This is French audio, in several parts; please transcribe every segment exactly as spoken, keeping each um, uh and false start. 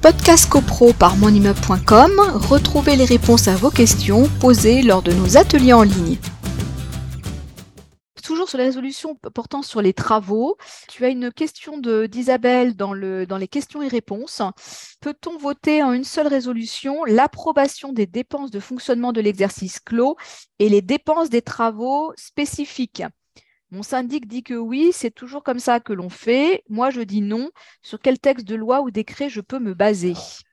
podcast copro par monimmeuble point com, retrouvez les réponses à vos questions posées lors de nos ateliers en ligne. Toujours sur les résolutions portant sur les travaux, tu as une question de, d'Isabelle dans, le, dans les questions et réponses. Peut-on voter en une seule résolution l'approbation des dépenses de fonctionnement de l'exercice clos et les dépenses des travaux spécifiques ? Mon syndic dit que oui, c'est toujours comme ça que l'on fait. Moi, je dis non. Sur quel texte de loi ou décret je peux me baser ?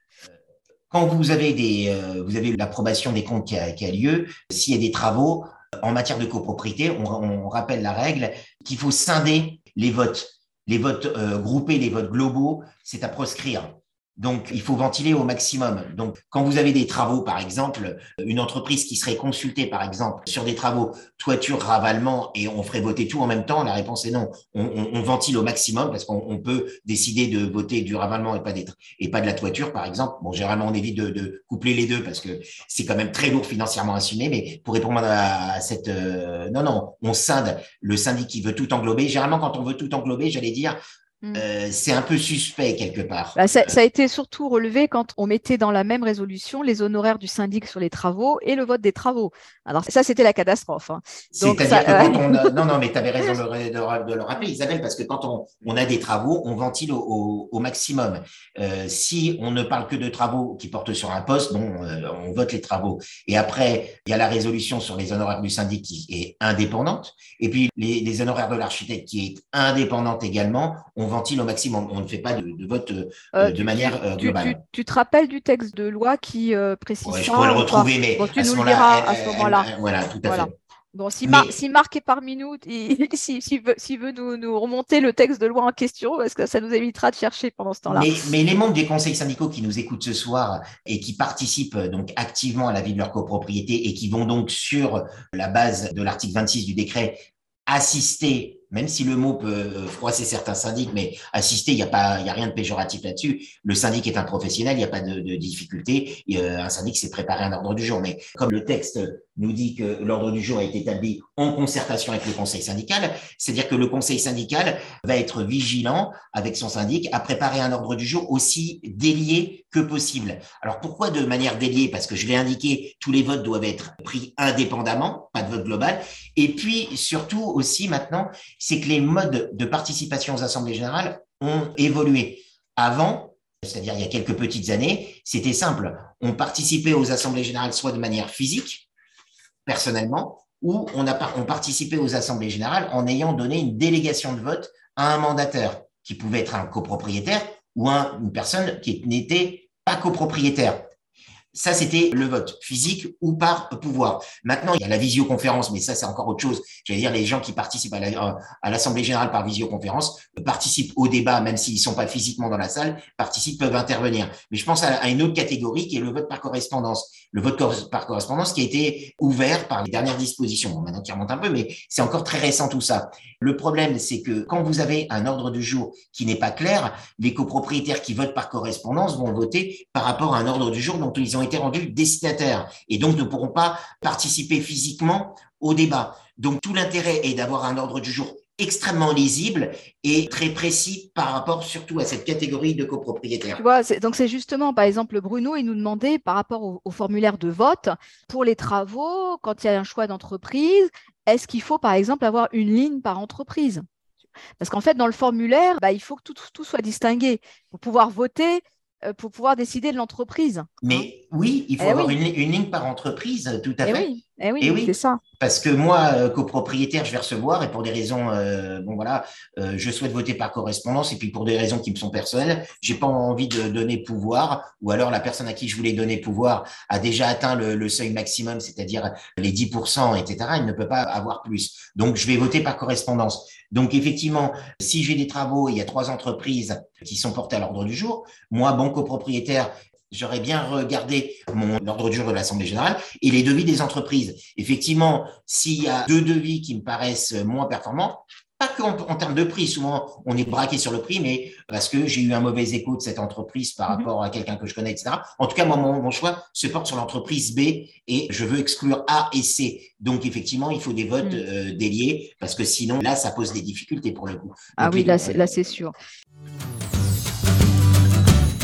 Quand vous avez, des, euh, vous avez l'approbation des comptes qui a, qui a lieu, s'il y a des travaux, en matière de copropriété, on, on rappelle la règle qu'il faut scinder les votes. Les votes euh, groupés, les votes globaux, c'est à proscrire. Donc, il faut ventiler au maximum. Donc, quand vous avez des travaux, par exemple, une entreprise qui serait consultée, par exemple, sur des travaux toiture, ravalement, et on ferait voter tout en même temps, la réponse est non. On, on, on ventile au maximum parce qu'on on peut décider de voter du ravalement et pas, des, et pas de la toiture, par exemple. Bon, généralement, on évite de, de coupler les deux parce que c'est quand même très lourd financièrement à assumer, mais pour répondre à, à cette… Euh, non, non, on scinde le syndic qui veut tout englober. Généralement, quand on veut tout englober, j'allais dire… Euh, c'est un peu suspect quelque part. Bah, ça, ça a été surtout relevé quand on mettait dans la même résolution les honoraires du syndic sur les travaux et le vote des travaux. Alors ça, c'était la catastrophe. Hein. Donc, c'est-à-dire ça, que quand euh... on a… Non, non, mais tu avais raison de le, de, de le rappeler, Isabelle, parce que quand on, on a des travaux, on ventile au, au, au maximum. Euh, si on ne parle que de travaux qui portent sur un poste, bon, euh, on vote les travaux. Et après, il y a la résolution sur les honoraires du syndic qui est indépendante. Et puis, les, les honoraires de l'architecte qui est indépendante également, on ventile au maximum. On ne fait pas de, de vote euh, euh, de tu, manière euh, globale. Tu, tu, tu te rappelles du texte de loi qui euh, précise ouais, ça? Je pourrais le retrouver, mais bon, tu à nous ce le diras à ce elle, moment-là. Elle, voilà, tout à voilà. fait. Bon, si, mais... Mar- si Marc est parmi nous, il, s'il si, si veut, si veut nous, nous remonter le texte de loi en question, parce que ça nous évitera de chercher pendant ce temps-là. Mais, mais les membres des conseils syndicaux qui nous écoutent ce soir et qui participent donc activement à la vie de leur copropriété et qui vont donc sur la base de l'article vingt-six du décret assister, même si le mot peut froisser certains syndics, mais assister, il n'y a pas, il y a rien de péjoratif là-dessus. Le syndic est un professionnel, il n'y a pas de, de difficulté. Et, euh, un syndic s'est préparé un ordre du jour. Mais comme le texte nous dit que l'ordre du jour a été établi en concertation avec le conseil syndical, c'est-à-dire que le conseil syndical va être vigilant avec son syndic à préparer un ordre du jour aussi délié que possible. Alors pourquoi de manière déliée ? Parce que je l'ai indiqué, tous les votes doivent être pris indépendamment, pas de vote global. Et puis surtout aussi maintenant, c'est que les modes de participation aux assemblées générales ont évolué. Avant, c'est-à-dire il y a quelques petites années, c'était simple. On participait aux assemblées générales soit de manière physique, personnellement, ou on, a, on participait aux assemblées générales en ayant donné une délégation de vote à un mandataire, qui pouvait être un copropriétaire ou un, une personne qui n'était pas copropriétaire. Ça, c'était le vote, physique ou par pouvoir. Maintenant, il y a la visioconférence, mais ça, c'est encore autre chose. J'allais dire, les gens qui participent à, la, à l'Assemblée générale par visioconférence participent au débat, même s'ils ne sont pas physiquement dans la salle, participent, peuvent intervenir. Mais je pense à, à une autre catégorie qui est le vote par correspondance. Le vote cor- par correspondance qui a été ouvert par les dernières dispositions. Bon, maintenant, qui remonte un peu, mais c'est encore très récent tout ça. Le problème, c'est que quand vous avez un ordre du jour qui n'est pas clair, les copropriétaires qui votent par correspondance vont voter par rapport à un ordre du jour dont ils ont été rendus destinataires et donc ne pourront pas participer physiquement au débat. Donc tout l'intérêt est d'avoir un ordre du jour extrêmement lisible et très précis par rapport surtout à cette catégorie de copropriétaires. Tu vois, c'est, donc c'est justement, par exemple, Bruno, il nous demandait par rapport au, au formulaire de vote, pour les travaux, quand il y a un choix d'entreprise, est-ce qu'il faut, par exemple, avoir une ligne par entreprise ? Parce qu'en fait, dans le formulaire, bah, il faut que tout, tout soit distingué pour pouvoir voter, euh, pour pouvoir décider de l'entreprise. Mais hein. Oui, il faut eh avoir oui. une, une ligne par entreprise, tout à eh fait. Oui. Eh oui, et oui, c'est ça. Parce que moi, euh, copropriétaire, je vais recevoir et pour des raisons, euh, bon voilà, euh, je souhaite voter par correspondance et puis pour des raisons qui me sont personnelles, j'ai pas envie de donner pouvoir ou alors la personne à qui je voulais donner pouvoir a déjà atteint le, le seuil maximum, c'est-à-dire les dix pour cent, et cetera. Il ne peut pas avoir plus. Donc, je vais voter par correspondance. Donc, effectivement, si j'ai des travaux, il y a trois entreprises qui sont portées à l'ordre du jour. Moi, bon copropriétaire, j'aurais bien regardé mon ordre du jour de l'Assemblée générale et les devis des entreprises. Effectivement, s'il y a deux devis qui me paraissent moins performants, pas qu'en en termes de prix, souvent on est braqué sur le prix, mais parce que j'ai eu un mauvais écho de cette entreprise par rapport mmh. à quelqu'un que je connais, et cetera. En tout cas, moi, mon, mon choix se porte sur l'entreprise B et je veux exclure A et C. Donc, effectivement, il faut des votes mmh. euh, déliés parce que sinon, là, ça pose des difficultés pour le coup. Donc, ah oui, les, là, c'est, là, c'est sûr.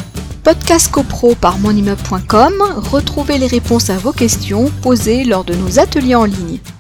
Podcast CoPro par monimmeuble point com, retrouvez les réponses à vos questions posées lors de nos ateliers en ligne.